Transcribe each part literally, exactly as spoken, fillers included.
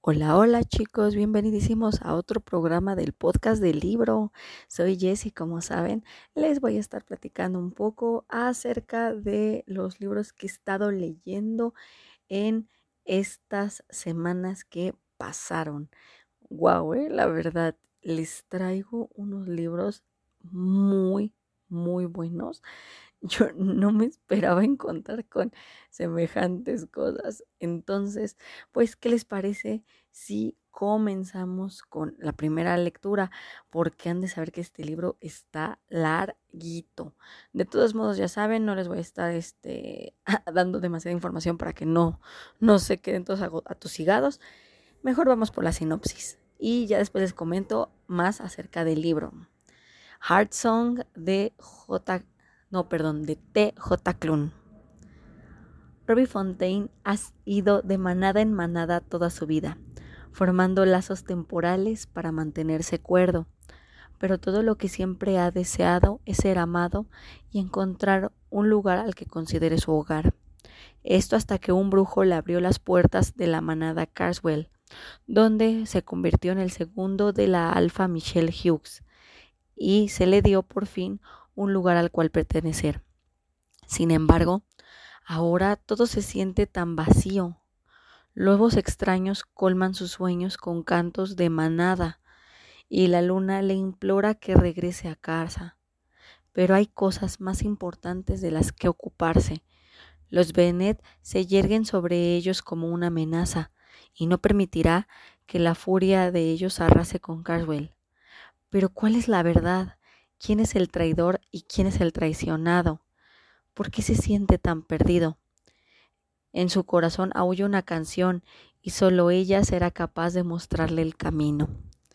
Hola, hola chicos, bienvenidísimos a otro programa del podcast del libro. Soy Jessie, como saben, les voy a estar platicando un poco acerca de los libros que he estado leyendo en estas semanas que pasaron. Wow, eh, la verdad, les traigo unos libros muy, muy buenos. Yo no me esperaba encontrar con semejantes cosas. Entonces, pues, ¿qué les parece si comenzamos con la primera lectura? Porque han de saber que este libro está larguito. De todos modos, ya saben, no les voy a estar este, dando demasiada información para que no, no se queden todos ago- atosigados. Mejor vamos por la sinopsis. Y ya después les comento más acerca del libro. Heart Song de J. No, perdón, de T J. Klune. Robbie Fontaine ha ido de manada en manada toda su vida, formando lazos temporales para mantenerse cuerdo, pero todo lo que siempre ha deseado es ser amado y encontrar un lugar al que considere su hogar. Esto hasta que un brujo le abrió las puertas de la manada Carswell, donde se convirtió en el segundo de la alfa Michelle Hughes, y se le dio por fin un lugar al cual pertenecer. Sin embargo, ahora todo se siente tan vacío. Lobos extraños colman sus sueños con cantos de manada y la luna le implora que regrese a casa. Pero hay cosas más importantes de las que ocuparse. Los Bennett se yerguen sobre ellos como una amenaza y no permitirá que la furia de ellos arrase con Carswell. Pero ¿cuál es la verdad? ¿Quién es el traidor y quién es el traicionado? ¿Por qué se siente tan perdido? En su corazón aúlla una canción y solo ella será capaz de mostrarle el camino.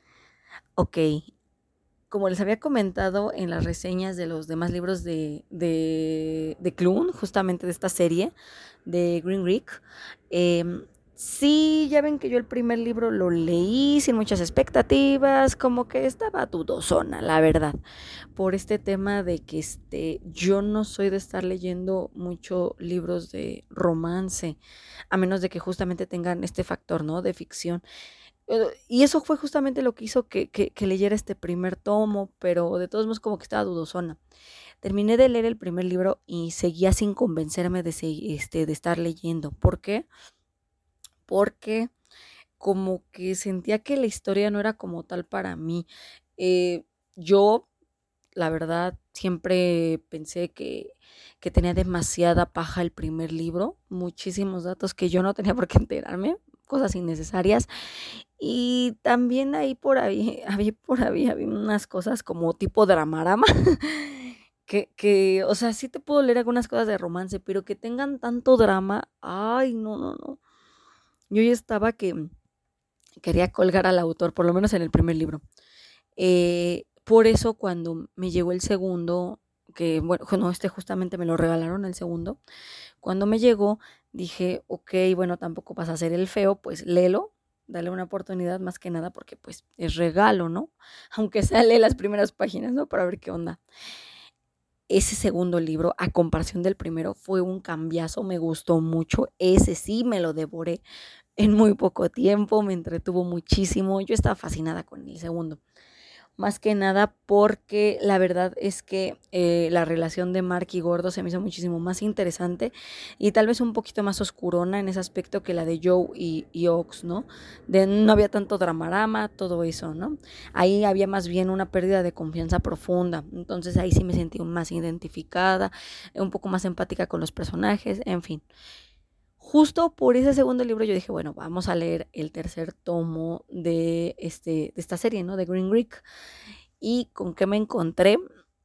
Ok, como les había comentado en las reseñas de los demás libros de, de, de Clune, justamente de esta serie de Green Rick, eh, sí, ya ven que yo el primer libro lo leí sin muchas expectativas, como que estaba dudosona, la verdad, por este tema de que este, yo no soy de estar leyendo mucho libros de romance, a menos de que justamente tengan este factor, ¿no? De ficción. Eh, Y eso fue justamente lo que hizo que, que, que leyera este primer tomo, pero de todos modos como que estaba dudosona. Terminé de leer el primer libro y seguía sin convencerme de, se- este, de estar leyendo. ¿Por qué? Porque como que sentía que la historia no era como tal para mí. Eh, yo, la verdad, siempre pensé que, que tenía demasiada paja el primer libro, muchísimos datos que yo no tenía por qué enterarme, cosas innecesarias. Y también ahí por ahí, había por ahí, había unas cosas como tipo dramarama, que, que, o sea, sí te puedo leer algunas cosas de romance, pero que tengan tanto drama, ay, no, no, no. Yo ya estaba que quería colgar al autor, por lo menos en el primer libro. Eh, por eso cuando me llegó el segundo, que bueno, no, este justamente me lo regalaron el segundo, cuando me llegó dije, ok, bueno, tampoco vas a ser el feo, pues léelo, dale una oportunidad más que nada porque pues es regalo, ¿no? Aunque sea lee las primeras páginas, ¿no? Para ver qué onda. Ese segundo libro, a comparación del primero, fue un cambiazo, me gustó mucho, ese sí me lo devoré en muy poco tiempo, me entretuvo muchísimo, yo estaba fascinada con el segundo. Más que nada porque la verdad es que eh, la relación de Mark y Gordo se me hizo muchísimo más interesante y tal vez un poquito más oscurona en ese aspecto que la de Joe y, y Ox, ¿no? De no había tanto dramarama, todo eso, ¿no? Ahí había más bien una pérdida de confianza profunda, entonces ahí sí me sentí más identificada, un poco más empática con los personajes, en fin. Justo por ese segundo libro yo dije, bueno, vamos a leer el tercer tomo de, este, de esta serie, ¿no? De Green Rick. ¿Y con qué me encontré?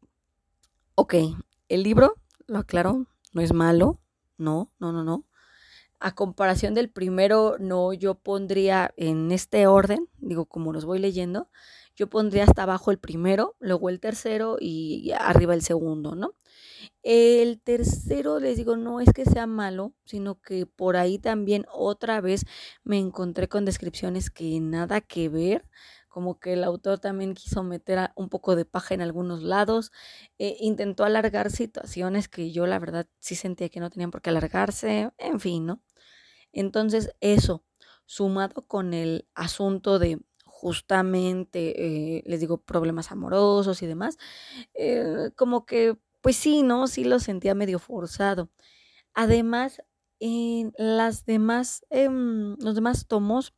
Ok, el libro, lo aclaro, no es malo, no, no, no, no. A comparación del primero, no, yo pondría en este orden, digo, como los voy leyendo, yo pondría hasta abajo el primero, luego el tercero y arriba el segundo, ¿no? El tercero, les digo, no es que sea malo, sino que por ahí también otra vez me encontré con descripciones que nada que ver, como que el autor también quiso meter a- un poco de paja en algunos lados, eh, intentó alargar situaciones que yo la verdad sí sentía que no tenían por qué alargarse, en fin, ¿no? Entonces, eso. sumado con el asunto de justamente, eh, les digo, problemas amorosos y demás, eh, como que, pues sí, ¿no? Sí lo sentía medio forzado. Además, en las demás, em, los demás tomos,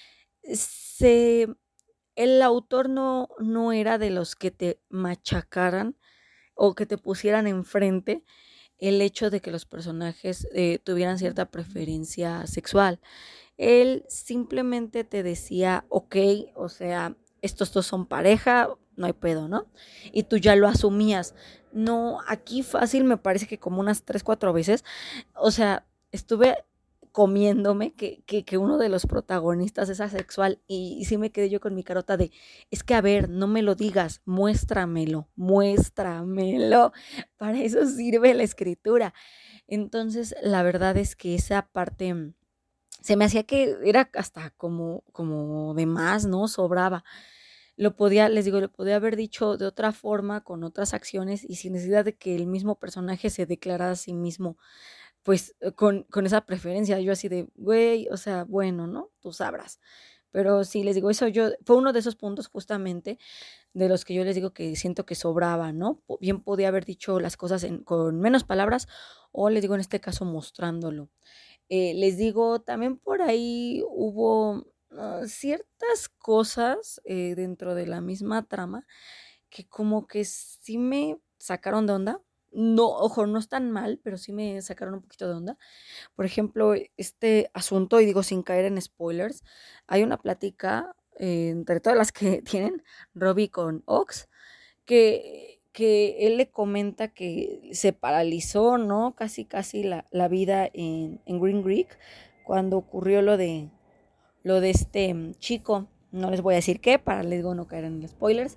se, el autor no, no era de los que te machacaran o que te pusieran enfrente el hecho de que los personajes eh, tuvieran cierta preferencia sexual. Él simplemente te decía, ok, o sea, estos dos son pareja, no hay pedo, ¿no? Y tú ya lo asumías. No, aquí fácil me parece que como unas tres, cuatro veces, o sea, estuve comiéndome que, que, que uno de los protagonistas es asexual y, y sí me quedé yo con mi carota de, es que a ver, no me lo digas, muéstramelo, muéstramelo, para eso sirve la escritura. Entonces, la verdad es que esa parte se me hacía que era hasta como, como de más, ¿no? Sobraba. Lo podía, les digo, lo podía haber dicho de otra forma, con otras acciones y sin necesidad de que el mismo personaje se declarara a sí mismo, pues eh, con, con esa preferencia. Yo así de, güey, o sea, bueno, ¿no? Tú sabrás. Pero sí, les digo, eso yo, fue uno de esos puntos justamente de los que yo les digo que siento que sobraba, ¿no? Bien podía haber dicho las cosas en, con menos palabras o les digo en este caso mostrándolo. Eh, les digo, también por ahí hubo uh, ciertas cosas eh, dentro de la misma trama que como que sí me sacaron de onda. No, ojo, no están mal, pero sí me sacaron un poquito de onda. Por ejemplo, este asunto, y digo sin caer en spoilers, hay una plática eh, entre todas las que tienen Robbie con Ox, que, que él le comenta que se paralizó, ¿no? Casi, casi la, la vida en, en Green Creek cuando ocurrió lo de, lo de este mm, chico. No les voy a decir qué, para les digo no caer en spoilers.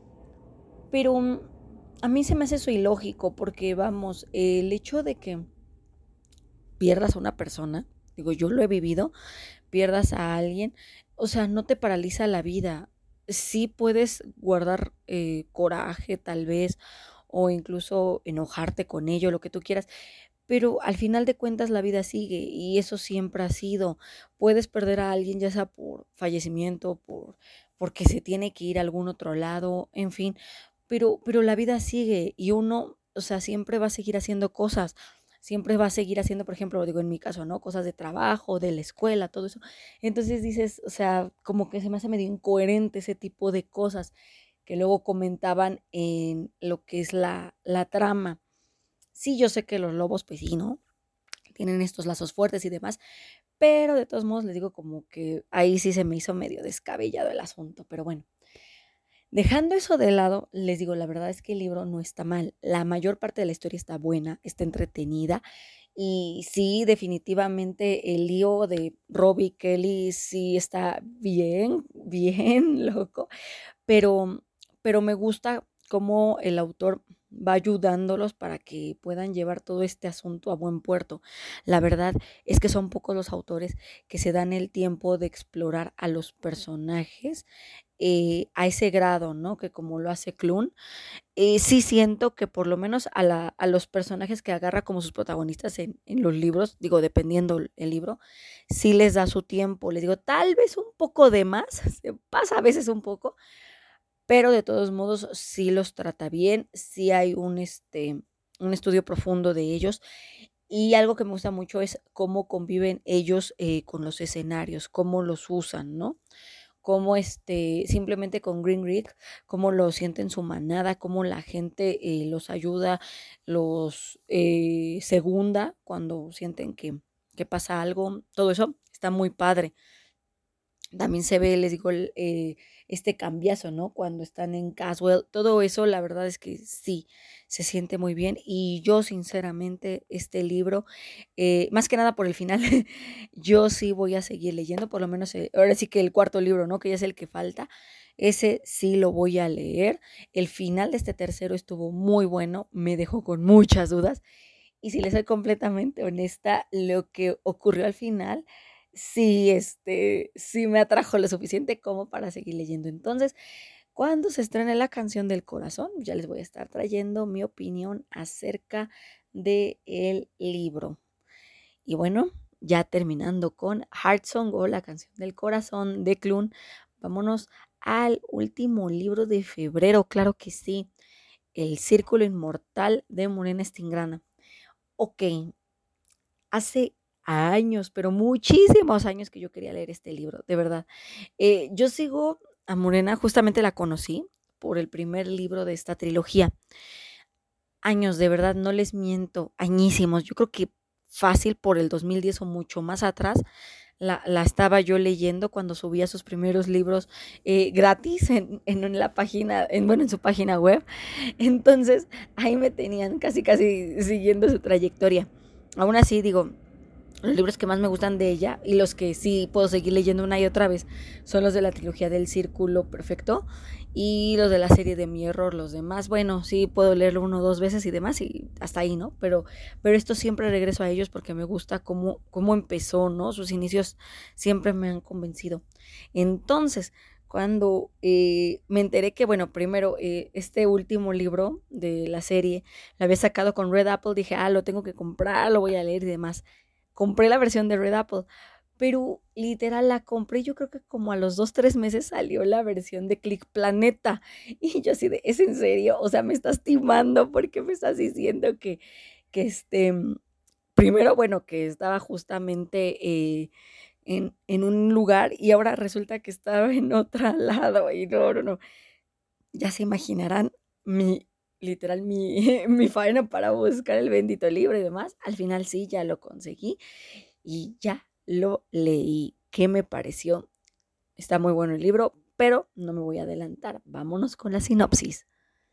Pero um, a mí se me hace eso ilógico porque, vamos, el hecho de que pierdas a una persona, digo, yo lo he vivido, pierdas a alguien, o sea, no te paraliza la vida. Sí puedes guardar eh, coraje tal vez o incluso enojarte con ello, lo que tú quieras, pero al final de cuentas la vida sigue y eso siempre ha sido. Puedes perder a alguien ya sea por fallecimiento, por porque se tiene que ir a algún otro lado, en fin, pero pero la vida sigue y uno, o sea, siempre va a seguir haciendo cosas. Siempre va a seguir haciendo, por ejemplo, digo en mi caso, ¿no? Cosas de trabajo, de la escuela, todo eso. Entonces dices, o sea, como que se me hace medio incoherente ese tipo de cosas que luego comentaban en lo que es la, la trama. Sí, yo sé que los lobos, pues sí, ¿no? Tienen estos lazos fuertes y demás, pero de todos modos les digo como que ahí sí se me hizo medio descabellado el asunto, pero bueno. Dejando eso de lado, les digo, la verdad es que el libro no está mal. La mayor parte de la historia está buena, está entretenida. Y sí, definitivamente el lío de Robbie Kelly sí está bien, bien loco. Pero, pero me gusta cómo el autor va ayudándolos para que puedan llevar todo este asunto a buen puerto. La verdad es que son pocos los autores que se dan el tiempo de explorar a los personajes eh, a ese grado, ¿no? Que como lo hace Clun. Eh, sí siento que por lo menos a, la, a los personajes que agarra como sus protagonistas en, en los libros, digo, dependiendo el libro, sí les da su tiempo. Les digo, tal vez un poco de más, se pasa a veces un poco, pero de todos modos sí los trata bien, sí hay un, este, un estudio profundo de ellos. Y algo que me gusta mucho es cómo conviven ellos eh, con los escenarios, cómo los usan, ¿no? Cómo este, simplemente con Green Creek, cómo lo sienten su manada, cómo la gente eh, los ayuda, los eh, segunda cuando sienten que, que pasa algo, todo eso está muy padre. También se ve, les digo, el, eh, este cambiazo, ¿no? Cuando están en Caswell, todo eso, la verdad es que sí, se siente muy bien. Y yo, sinceramente, este libro, eh, más que nada por el final, yo sí voy a seguir leyendo, por lo menos, eh, ahora sí que el cuarto libro, ¿no? Que ya es el que falta, ese sí lo voy a leer. El final de este tercero estuvo muy bueno, me dejó con muchas dudas. Y si les soy completamente honesta, lo que ocurrió al final sí, este, sí me atrajo lo suficiente como para seguir leyendo. Entonces, cuando se estrene La Canción del Corazón, ya les voy a estar trayendo mi opinión acerca del libro. Y bueno, ya terminando con Heart Song o La canción del corazón de Clun, vámonos al último libro de febrero, claro que sí, El Círculo Inmortal de Morena Stingrana. Ok, hace años, pero muchísimos años que yo quería leer este libro, de verdad. Eh, yo sigo a Morena, justamente la conocí por el primer libro de esta trilogía. Años, de verdad, no les miento, añísimos. Yo creo que fácil por el dos mil diez o mucho más atrás, la, la estaba yo leyendo cuando subía sus primeros libros eh, gratis en, en la página, en, bueno, en su página web. Entonces, ahí me tenían casi, casi siguiendo su trayectoria. Aún así, digo, los libros que más me gustan de ella y los que sí puedo seguir leyendo una y otra vez son los de la trilogía del Círculo Perfecto y los de la serie de Mi Error. Los demás, bueno, sí puedo leerlo uno o dos veces y demás y hasta ahí, ¿no? Pero, pero esto siempre regreso a ellos porque me gusta cómo, cómo empezó, ¿no? Sus inicios siempre me han convencido. Entonces, cuando eh, me enteré que, bueno, primero eh, este último libro de la serie lo había sacado con Red Apple, dije, ah, lo tengo que comprar, lo voy a leer y demás. Compré la versión de Red Apple, pero literal la compré, yo creo que como a los dos, tres meses salió la versión de Click Planeta. Y yo así de, ¿es en serio? O sea, me estás timando porque me estás diciendo que, que este, primero, bueno, que estaba justamente eh, en, en un lugar y ahora resulta que estaba en otro lado. Y no, no, no. Ya se imaginarán mi, literal, mi, mi faena para buscar el bendito libro y demás. Al final sí, ya lo conseguí y ya lo leí. ¿Qué me pareció? Está muy bueno el libro, pero no me voy a adelantar. Vámonos con la sinopsis.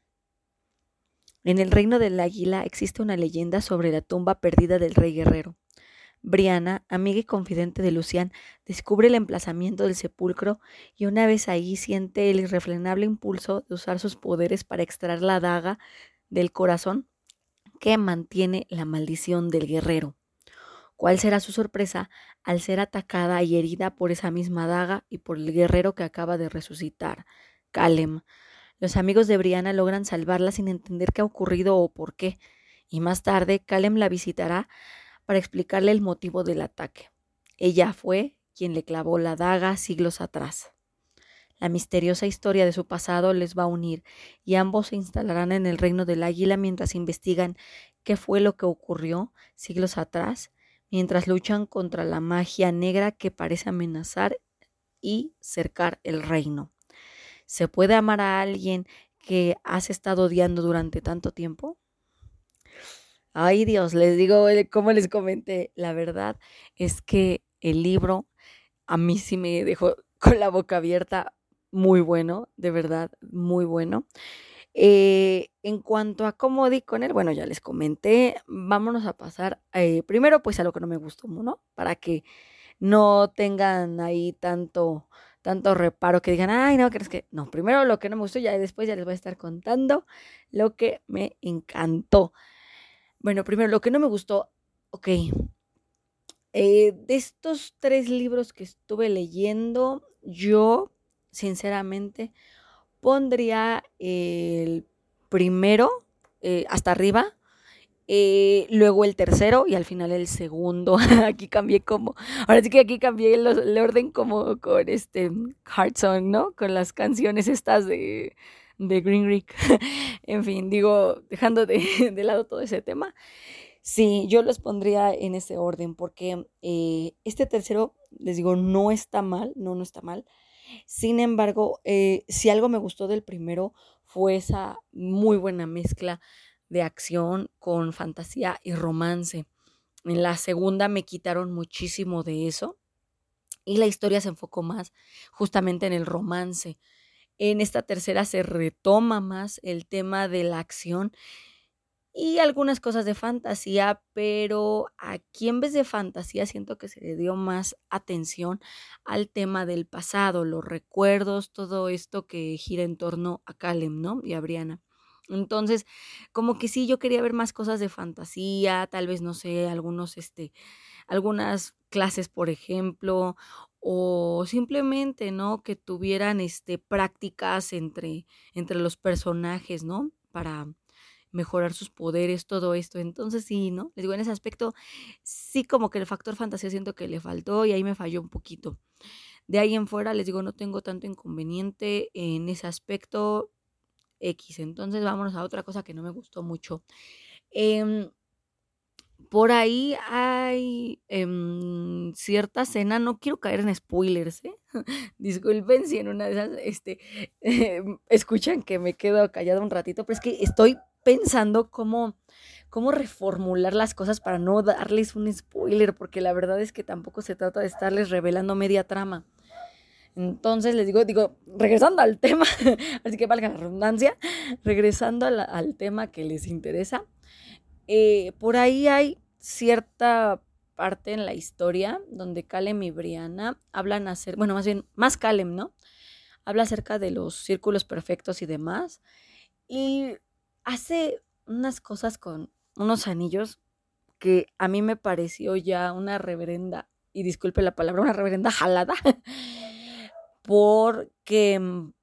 En el reino del águila existe una leyenda sobre la tumba perdida del rey guerrero. Brianna, amiga y confidente de Lucian, descubre el emplazamiento del sepulcro y una vez ahí siente el irrefrenable impulso de usar sus poderes para extraer la daga del corazón que mantiene la maldición del guerrero. ¿Cuál será su sorpresa al ser atacada y herida por esa misma daga y por el guerrero que acaba de resucitar, Callum? Los amigos de Brianna logran salvarla sin entender qué ha ocurrido o por qué, y más tarde Callum la visitará para explicarle el motivo del ataque. Ella fue quien le clavó la daga siglos atrás. La misteriosa historia de su pasado les va a unir y ambos se instalarán en el reino del águila mientras investigan qué fue lo que ocurrió siglos atrás, mientras luchan contra la magia negra que parece amenazar y cercar el reino. ¿Se puede amar a alguien que has estado odiando durante tanto tiempo? Ay, Dios, les digo, como les comenté, la verdad es que el libro a mí sí me dejó con la boca abierta, muy bueno, de verdad, muy bueno. Eh, en cuanto a cómo di con él, bueno, ya les comenté, vámonos a pasar eh, primero pues a lo que no me gustó, ¿no? Para que no tengan ahí tanto, tanto reparo que digan, ay, no, crees que, no, primero lo que no me gustó, ya después ya les voy a estar contando lo que me encantó. Bueno, primero, lo que no me gustó, ok, eh, de estos tres libros que estuve leyendo, yo, sinceramente, pondría el primero eh, hasta arriba, eh, luego el tercero y al final el segundo. Aquí cambié como, ahora sí que aquí cambié el, el orden como con este Heart Song, ¿no? Con las canciones estas de, de Green Rick. En fin, digo, dejando de, de lado todo ese tema. Sí, yo los pondría en ese orden porque eh, este tercero, les digo, no está mal, no, no está mal. Sin embargo, eh, si algo me gustó del primero fue esa muy buena mezcla de acción con fantasía y romance. En la segunda me quitaron muchísimo de eso y la historia se enfocó más justamente en el romance. En esta tercera se retoma más el tema de la acción y algunas cosas de fantasía, pero aquí en vez de fantasía siento que se le dio más atención al tema del pasado, los recuerdos, todo esto que gira en torno a Callum, ¿no? Y a Brianna. Entonces, como que sí, yo quería ver más cosas de fantasía, tal vez, no sé, algunos, este, algunas clases, por ejemplo, o simplemente, ¿no? Que tuvieran, este, prácticas entre, entre los personajes, ¿no? Para mejorar sus poderes, todo esto. Entonces sí, ¿no? Les digo, en ese aspecto, sí como que el factor fantasía siento que le faltó y ahí me falló un poquito. De ahí en fuera, les digo, no tengo tanto inconveniente en ese aspecto X. Entonces vámonos a otra cosa que no me gustó mucho. Eh, por ahí hay em, cierta escena, no quiero caer en spoilers, ¿eh? Disculpen si en una de esas este, eh, escuchan que me quedo callada un ratito, pero es que estoy pensando cómo, cómo reformular las cosas para no darles un spoiler, porque la verdad es que tampoco se trata de estarles revelando media trama. Entonces les digo, digo, regresando al tema, así que valga la redundancia, regresando a la- al tema que les interesa, eh, por ahí hay cierta parte en la historia donde Calem y Brianna hablan acerca, bueno, más bien, más Calem, ¿no? Habla acerca de los círculos perfectos y demás. Y hace unas cosas con unos anillos que a mí me pareció ya una reverenda, y disculpe la palabra, una reverenda jalada, porque,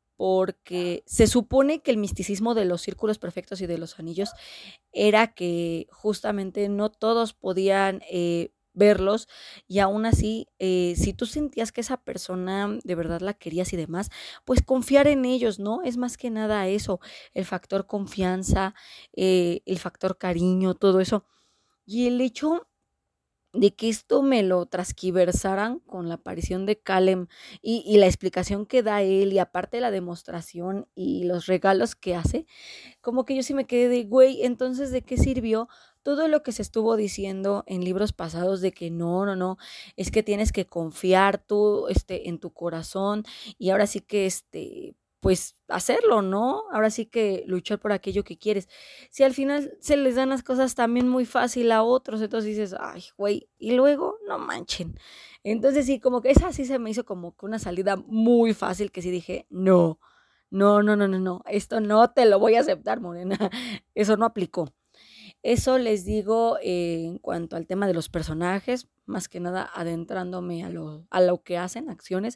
porque se supone que el misticismo de los círculos perfectos y de los anillos era que justamente no todos podían eh, verlos y aún así, eh, si tú sentías que esa persona de verdad la querías y demás, pues confiar en ellos, ¿no? Es más que nada eso, el factor confianza, eh, el factor cariño, todo eso. Y el hecho de que esto me lo transquiversaran con la aparición de Calem y, y la explicación que da él y aparte la demostración y los regalos que hace, como que yo sí me quedé de, güey, entonces, ¿de qué sirvió todo lo que se estuvo diciendo en libros pasados de que no, no, no, es que tienes que confiar tú, este, en tu corazón y ahora sí que, este, pues hacerlo, ¿no? Ahora sí que luchar por aquello que quieres. Si al final se les dan las cosas también muy fácil a otros, entonces dices, ay, güey, y luego no manchen. Entonces sí, como que esa sí se me hizo como que una salida muy fácil que sí dije, no, no, no, no, no, no, esto no te lo voy a aceptar, Morena. Eso no aplicó. Eso les digo eh, en cuanto al tema de los personajes, más que nada adentrándome a lo, a lo que hacen, acciones.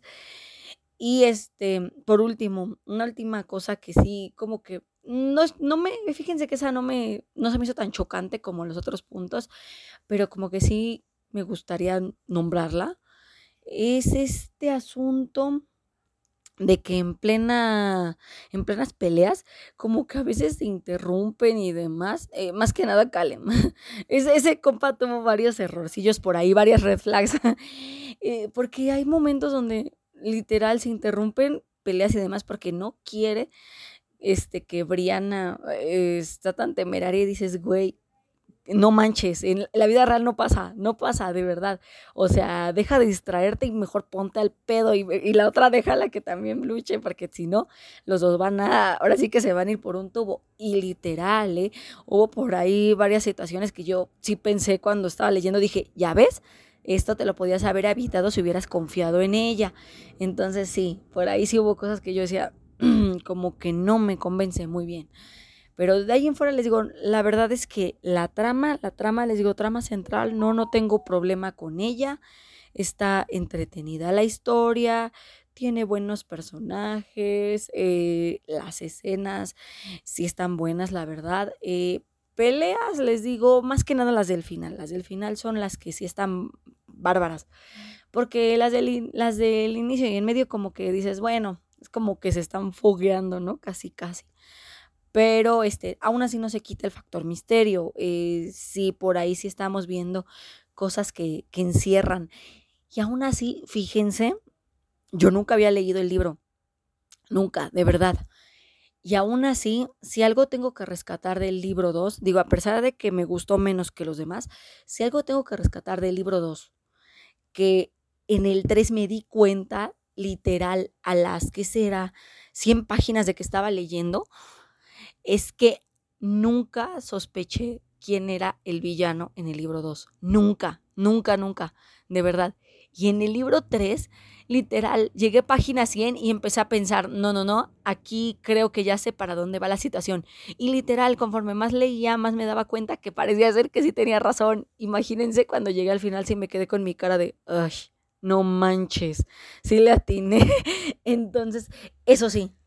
Y este, por último, una última cosa que sí, como que no, es- no me, fíjense que esa no me, no se me hizo tan chocante como los otros puntos, pero como que sí me gustaría nombrarla. Es este asunto de que en plena, en plenas peleas, como que a veces se interrumpen y demás, eh, más que nada Calem. Ese, ese compa tuvo varios errorcillos por ahí, varias red flags, eh, porque hay momentos donde literal se interrumpen peleas y demás porque no quiere este, que Brianna eh, está tan temeraria y dices, güey, no manches, en la vida real no pasa, no pasa, de verdad. O sea, deja de distraerte y mejor ponte al pedo y, y la otra déjala que también luche, porque si no, los dos van a, ahora sí que se van a ir por un tubo. Y literal, ¿eh? Hubo por ahí varias situaciones que yo sí pensé cuando estaba leyendo, dije, ¿ya ves? Esto te lo podías haber evitado si hubieras confiado en ella. Entonces sí, por ahí sí hubo cosas que yo decía, como que no me convence muy bien. Pero de ahí en fuera les digo, la verdad es que la trama, la trama, les digo, trama central, no, no tengo problema con ella. Está entretenida la historia, tiene buenos personajes, eh, las escenas sí están buenas, la verdad. Eh, peleas, les digo, más que nada las del final. Las del final son las que sí están bárbaras. Porque las del, in- las del inicio y en medio como que dices, bueno, es como que se están fogueando, ¿no? Casi, casi, pero este, aún así no se quita el factor misterio. Eh, sí, por ahí sí estamos viendo cosas que, que encierran. Y aún así, fíjense, yo nunca había leído el libro, nunca, de verdad. Y aún así, si algo tengo que rescatar del libro dos, digo, a pesar de que me gustó menos que los demás, si algo tengo que rescatar del libro dos, que en el tres me di cuenta, literal, a las que será cien páginas de que estaba leyendo, es que nunca sospeché quién era el villano en el libro dos. Nunca, nunca, nunca, de verdad. Y en el libro tres, literal, llegué a página cien y empecé a pensar, no, no, no, aquí creo que ya sé para dónde va la situación. Y literal, conforme más leía, más me daba cuenta que parecía ser que sí tenía razón. Imagínense cuando llegué al final, sí me quedé con mi cara de, ay, no manches, sí le atiné. Entonces, eso sí,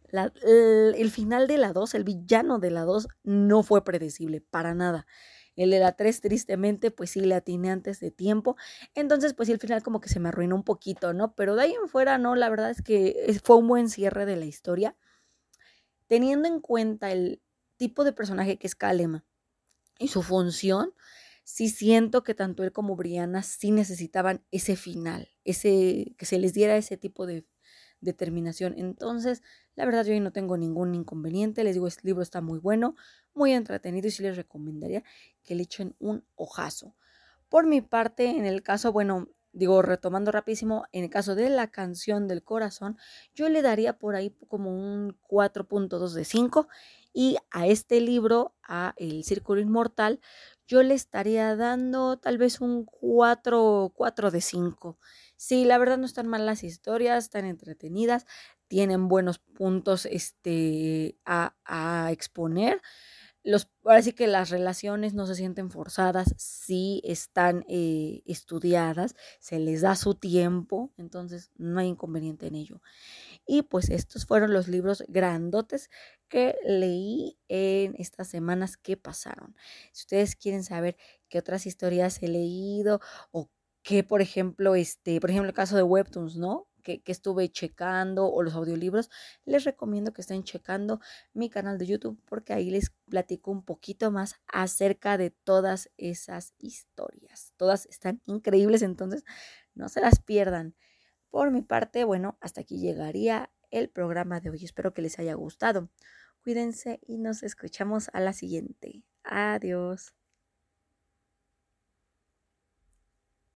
La, el, el final de la dos, el villano de la dos, no fue predecible, para nada. El de la tres, tristemente, pues sí, le atiné antes de tiempo. Entonces, pues sí, el final como que se me arruinó un poquito, ¿no? Pero de ahí en fuera, no, la verdad es que fue un buen cierre de la historia. Teniendo en cuenta el tipo de personaje que es Kalema y su función, sí siento que tanto él como Brianna sí necesitaban ese final, ese, que se les diera ese tipo de determinación. Entonces, la verdad yo ahí no tengo ningún inconveniente. Les digo, este libro está muy bueno, muy entretenido y sí les recomendaría que le echen un ojazo. Por mi parte, en el caso, bueno, digo, retomando rapidísimo, en el caso de La canción del corazón, yo le daría por ahí como un cuatro punto dos de cinco y a este libro, a El Círculo Inmortal, yo le estaría dando tal vez un cuatro, cuatro de cinco. Sí, la verdad no están mal las historias, están entretenidas, tienen buenos puntos este, a, a exponer. Los, ahora sí que las relaciones no se sienten forzadas, sí están eh, estudiadas, se les da su tiempo, entonces no hay inconveniente en ello. Y pues estos fueron los libros grandotes que leí en estas semanas que pasaron. Si ustedes quieren saber qué otras historias he leído o qué, por ejemplo, este, por ejemplo, el caso de Webtoons, ¿no? Que, que estuve checando o los audiolibros, les recomiendo que estén checando mi canal de YouTube porque ahí les platico un poquito más acerca de todas esas historias. Todas están increíbles, entonces no se las pierdan. Por mi parte, bueno, hasta aquí llegaría el programa de hoy. Espero que les haya gustado. Cuídense y nos escuchamos a la siguiente. Adiós.